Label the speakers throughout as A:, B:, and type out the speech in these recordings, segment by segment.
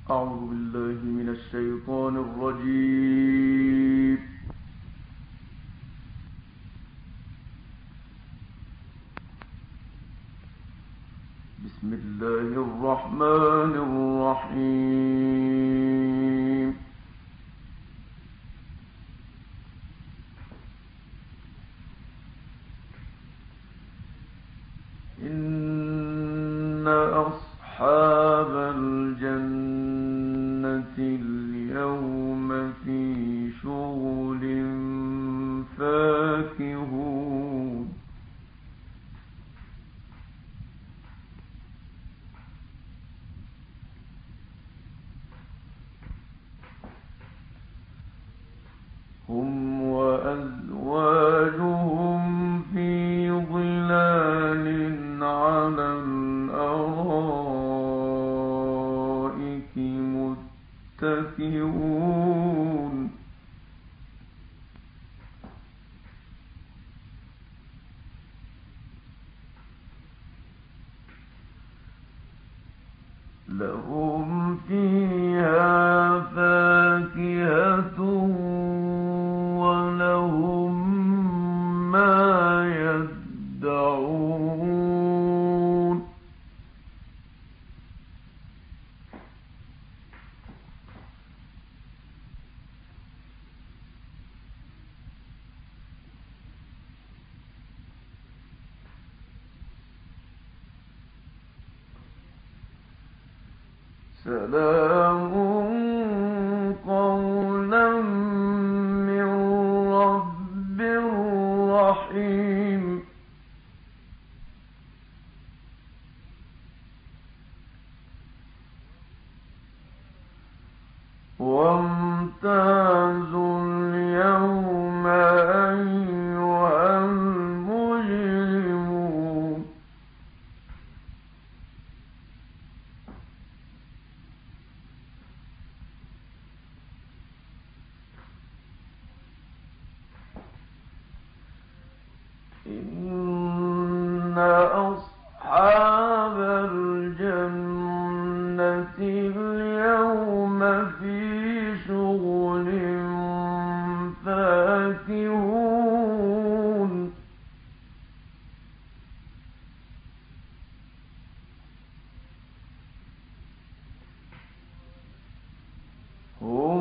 A: أعوذ بالله من الشيطان الرجيم. بسم الله الرحمن الرحيم. إن أصحاب الجنة اليوم في شغل فاكهون. هم وأزواجهم في ظلال على الأرائك متكئون. لهم فيها فاكهة ولهم ما يدعون. سلام قولا من رب رحيم. وامتازوا اليوم أيها المجرمون. إن أصحاب الجنة اليوم في شغل فاكهون. هم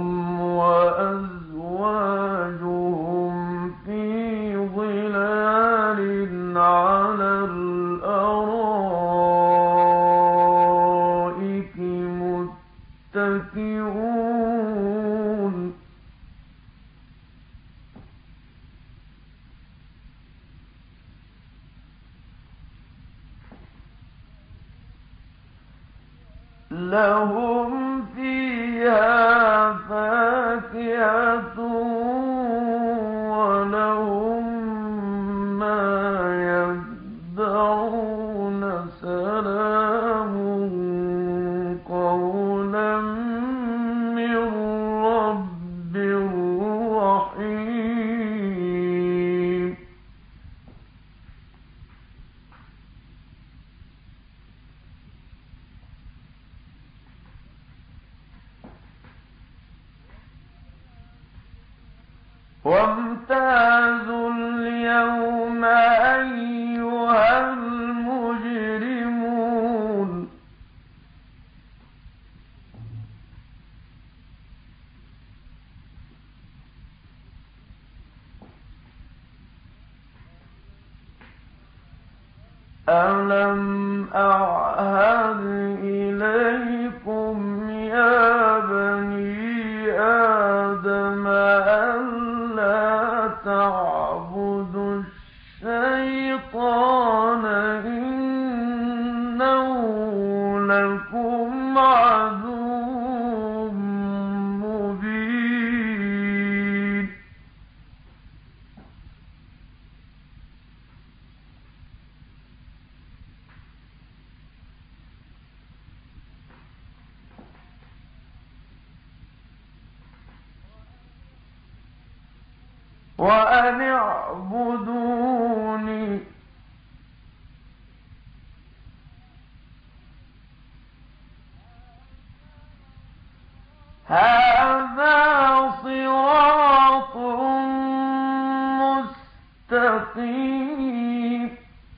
A: وأزواجهم في ظلال على الأرائك متكئون. لهم فيها فاكهة ولهم ما يدعون. سلام قولا من رب رحيم. وامتازوا اليوم أيها المجرمون. ألم أعهد إليكم يا بني آدم ألا تعبدوا الشيطان إنه لكم عدو مبين. وأن اعبدوني هذا صراط مستقيم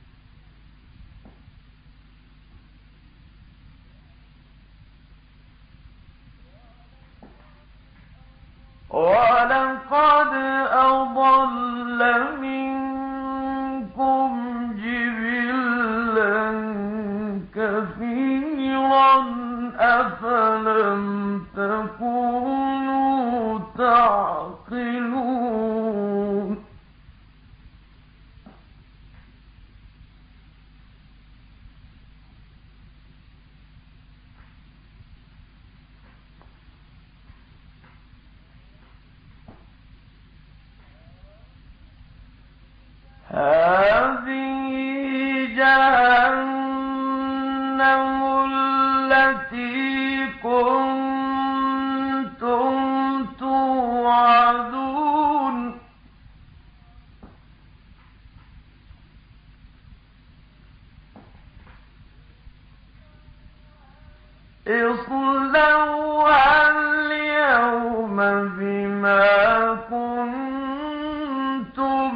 A: ولقد أضل منكم جبلا كثيرا أفلم تكونوا تعقلون هذه جهنم التي كنتم توعدون اصلوها اليوم بما كنتم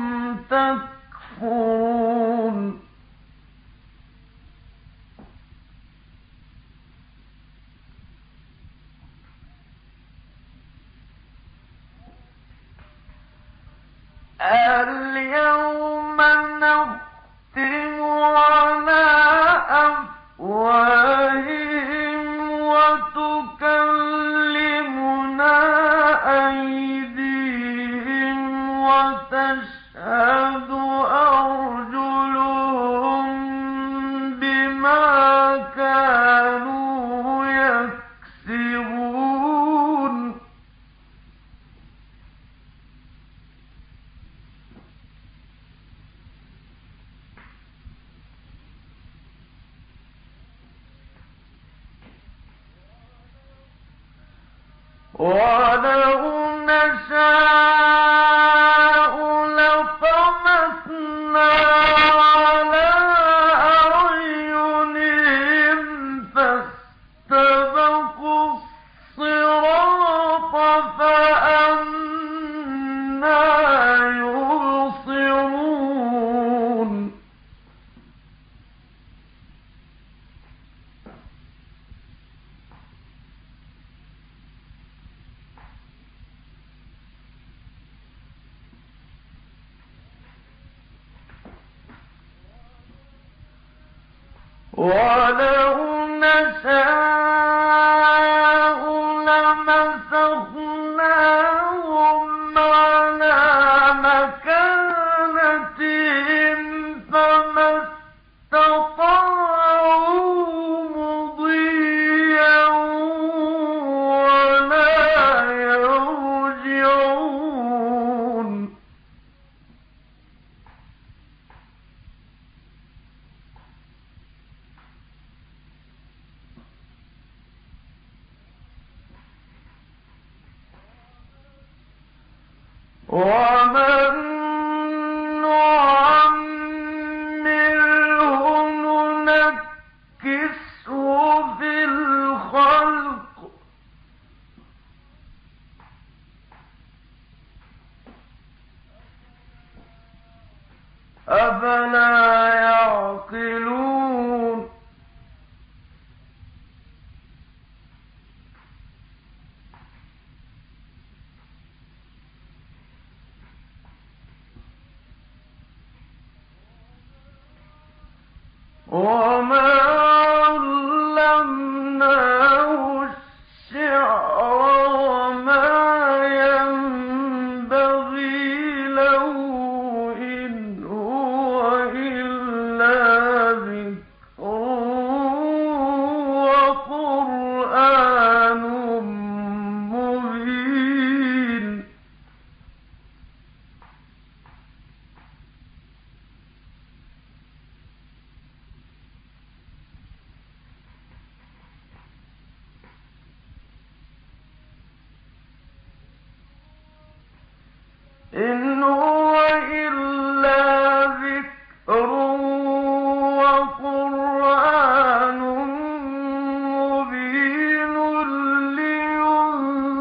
A: تكفرون اليوم نختم على أفواههم وتكلمنا أيديهم وتشهد أرجلهم بما كانوا يكسبون ولو نشاء لطمسنا على أعينهم فاستبقوا الصراط فأنى يبصرون ولو نشاء لمسخناهم على مكانتهم فما استطاعوا مضيا ولا يرجعون ومن نعمره ننكسه في الخلق أفلا يعقلون وما علمناه الشعر وما ينبغي له إن هو إلا ذكر وقرآن مبين إن هو إلا ذكر وقرآن مبين لينذر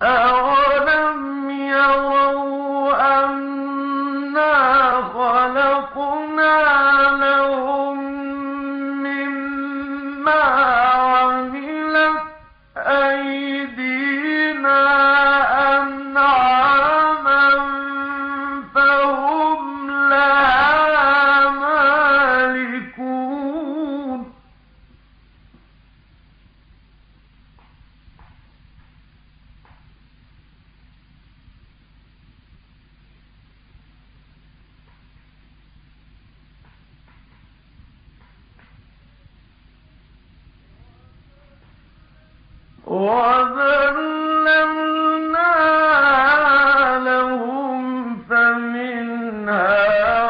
A: أولم يروا أنا خلقنا لهم مما عملت أيدينا أنعاما فهم لها مالكون وَذَلَّلْنَا لَهُمْ فَمِنْهَا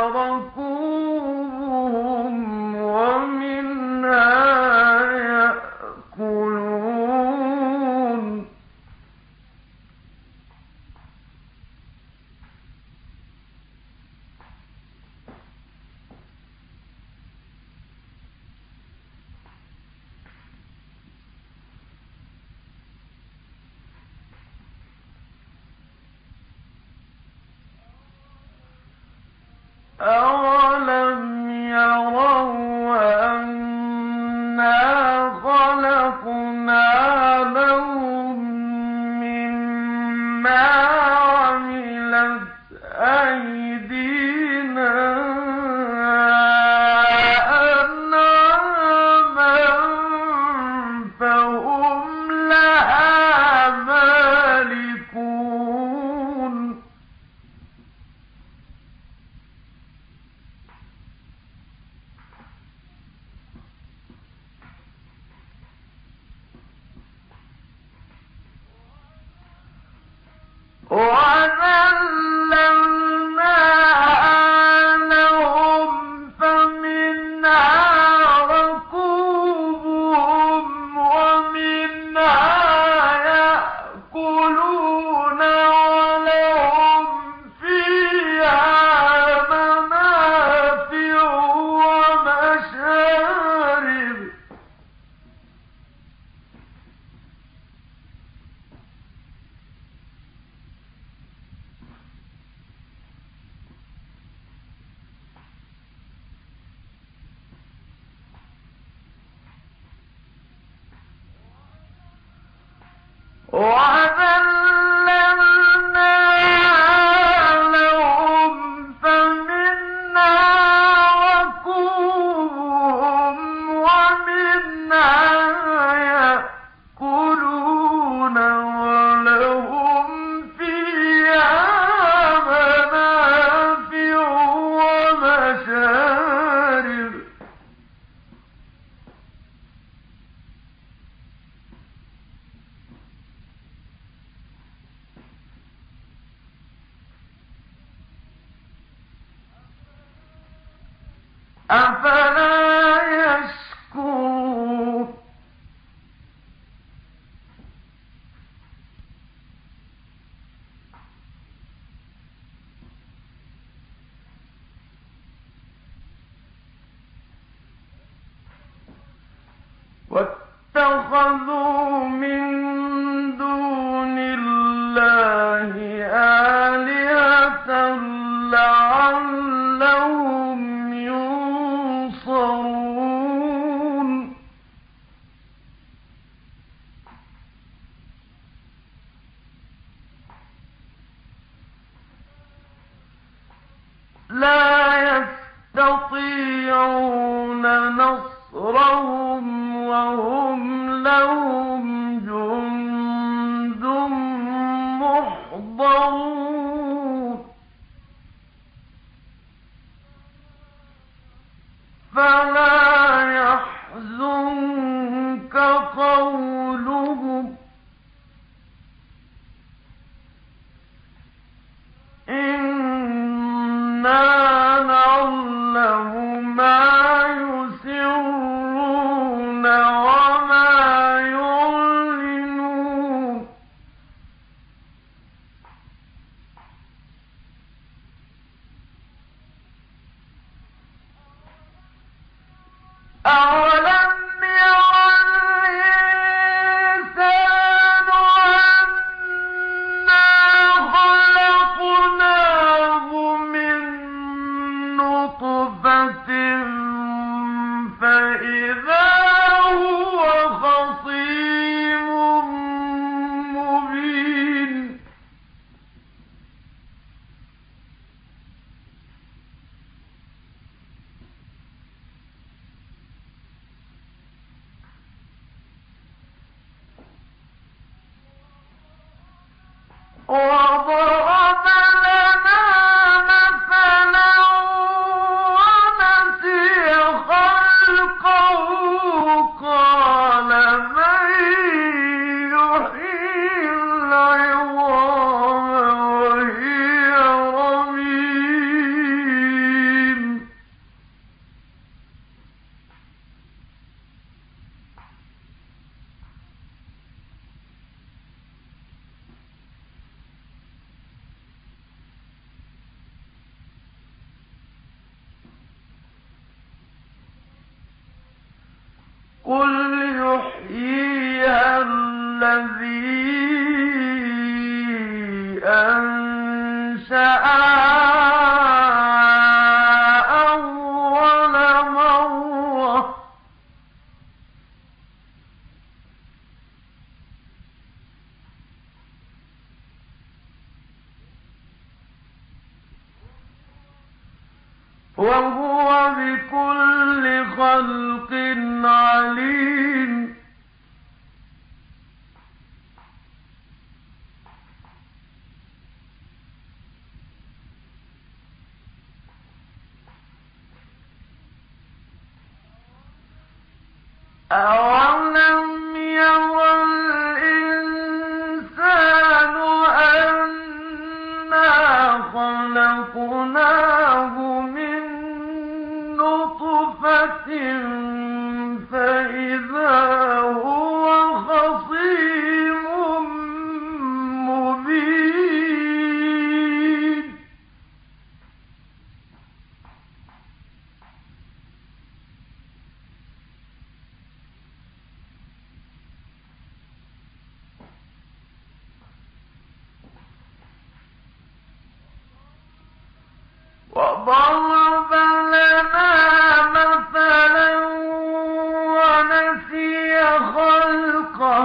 A: رَكُوبُهُمْ وَمِنْهَا يَأْكُلُونَ أَوَلَمْ يَرَوْا أَنَّا خَلَقْنَا لَهُم مِّمَّا عَمِلَتْ أَيْدِينَا أَنْعَامًا فَهُمْ لَهَا مَالِكُونَ وَذَلَّلْنَاهَا لَهُمْ فَمِنْهَا رَكُوبُهُمْ وَمِنْهَا يَأْكُلُونَ وَلَهُمْ فِيهَا مَنَافِعُ وَمَشَارِبُ وَذَلَّلْنَاهَا لَهُمْ فَمِنْهَا رَكُوبُهُمْ وَمِنْهَا يَأْكُلُونَ وَلَهُمْ فِيهَا مَنَافِعُ وَمَشَارِبُ أَفَلَا يَشْكُرُونَ وَاتَّخَذُوا مِن دُونِ اللَّهِ آلِهَةً لَّعَلَّهُمْ يُنصَرُونَ لَا يَسْتَطِيعُونَ نَصْرَهُمْ وَهُمْ لَهُمْ جُندٌ مُّحْضَرُونَ فَلَا يَحْزُنكَ قَوْلُهُمْ إِنَّا قل يحييها الذي أنشأها أول مرة وهو بكل خلق عليم. أولم ير الإنسان أنا خلقناه من نطفة فإذا هو خصيم مبين. وضرب لنا مثلا ونسي خلقه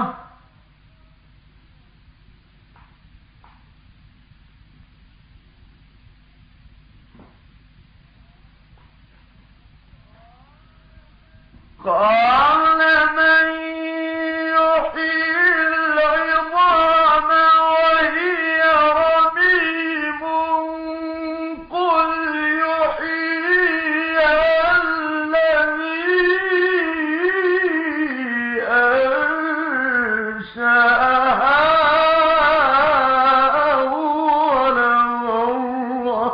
A: قال من يحيي العظام وهي رميم قل يحييها الذي أنشأها أول مرة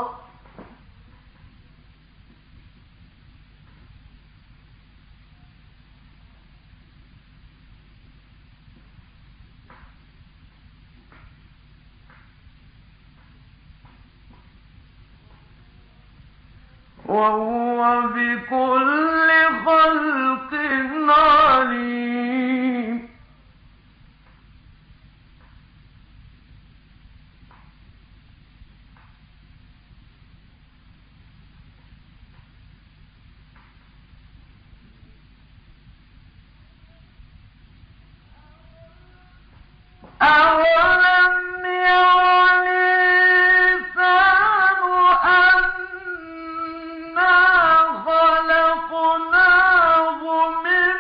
A: وهو بكل خلق عليم. أولم ير الإنسان أنا خلقناه من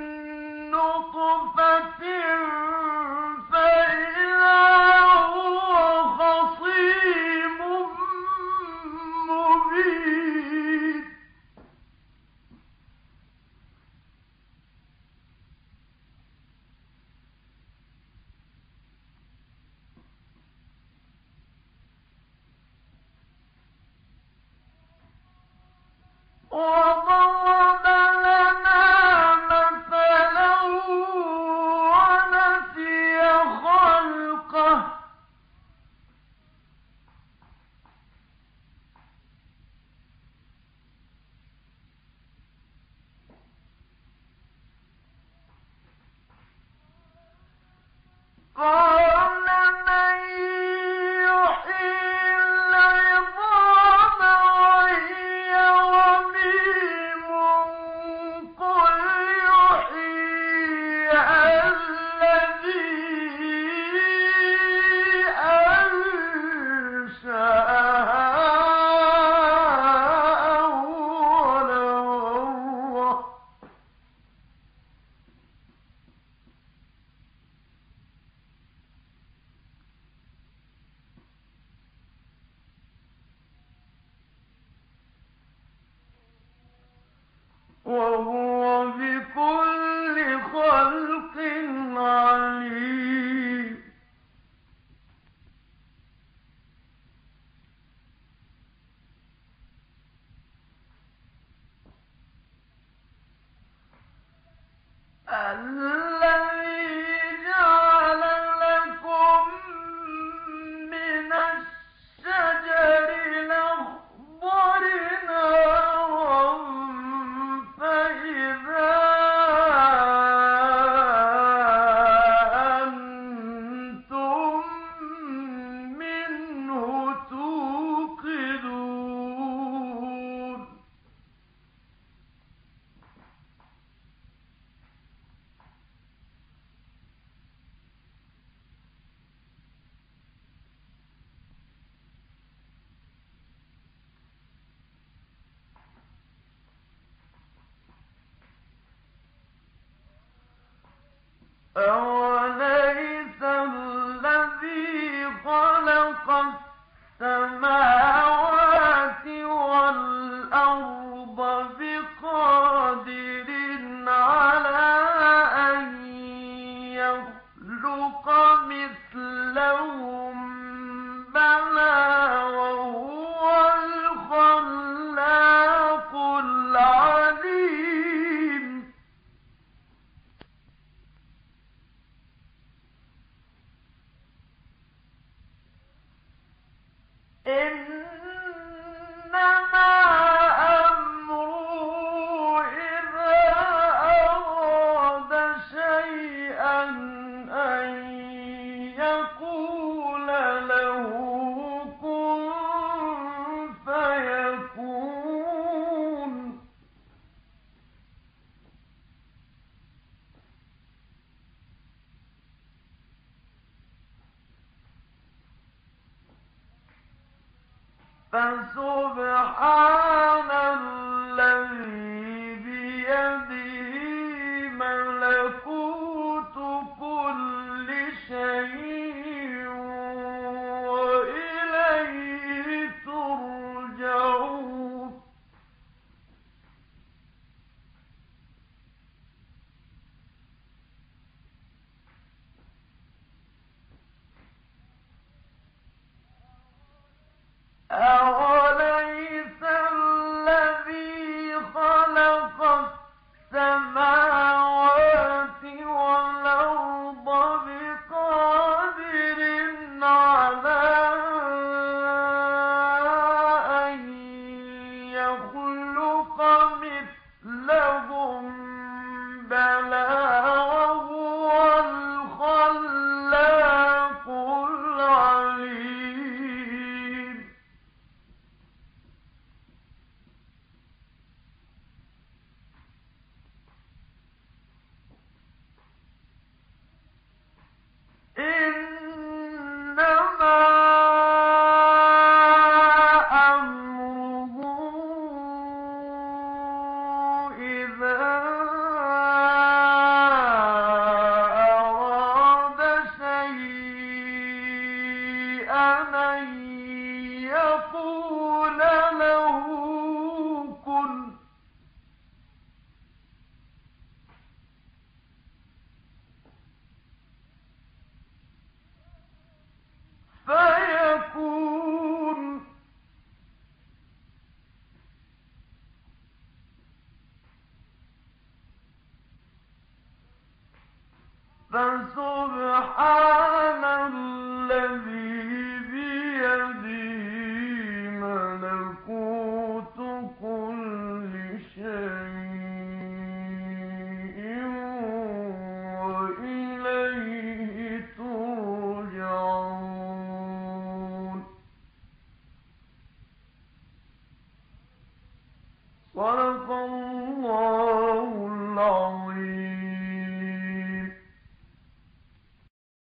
A: نطفة فإذا هو خصيم مبين. وضرب لنا مثلا ونسي خلقه قال من يحيي العظام وهي رميم قل يحييها الذي أنشأها أول مرة أوليس الذي خلق السماوات والأرض بقادر على أن يخلق مثلهم بلى وهو الخلاق العليم إنما أمره إذا أراد شيئا أن يقول له كن فيكون فسبحان الذي بيده ملكوت كل شيء وإليه ترجعون أوليس الذي خلق السماوات والأرض بقادر على أن يخلق مثلهم بلى وهو الخلاق العليم إنما أمره إذا أراد شيئا أن يقول له كن فيكون فسبحان الذي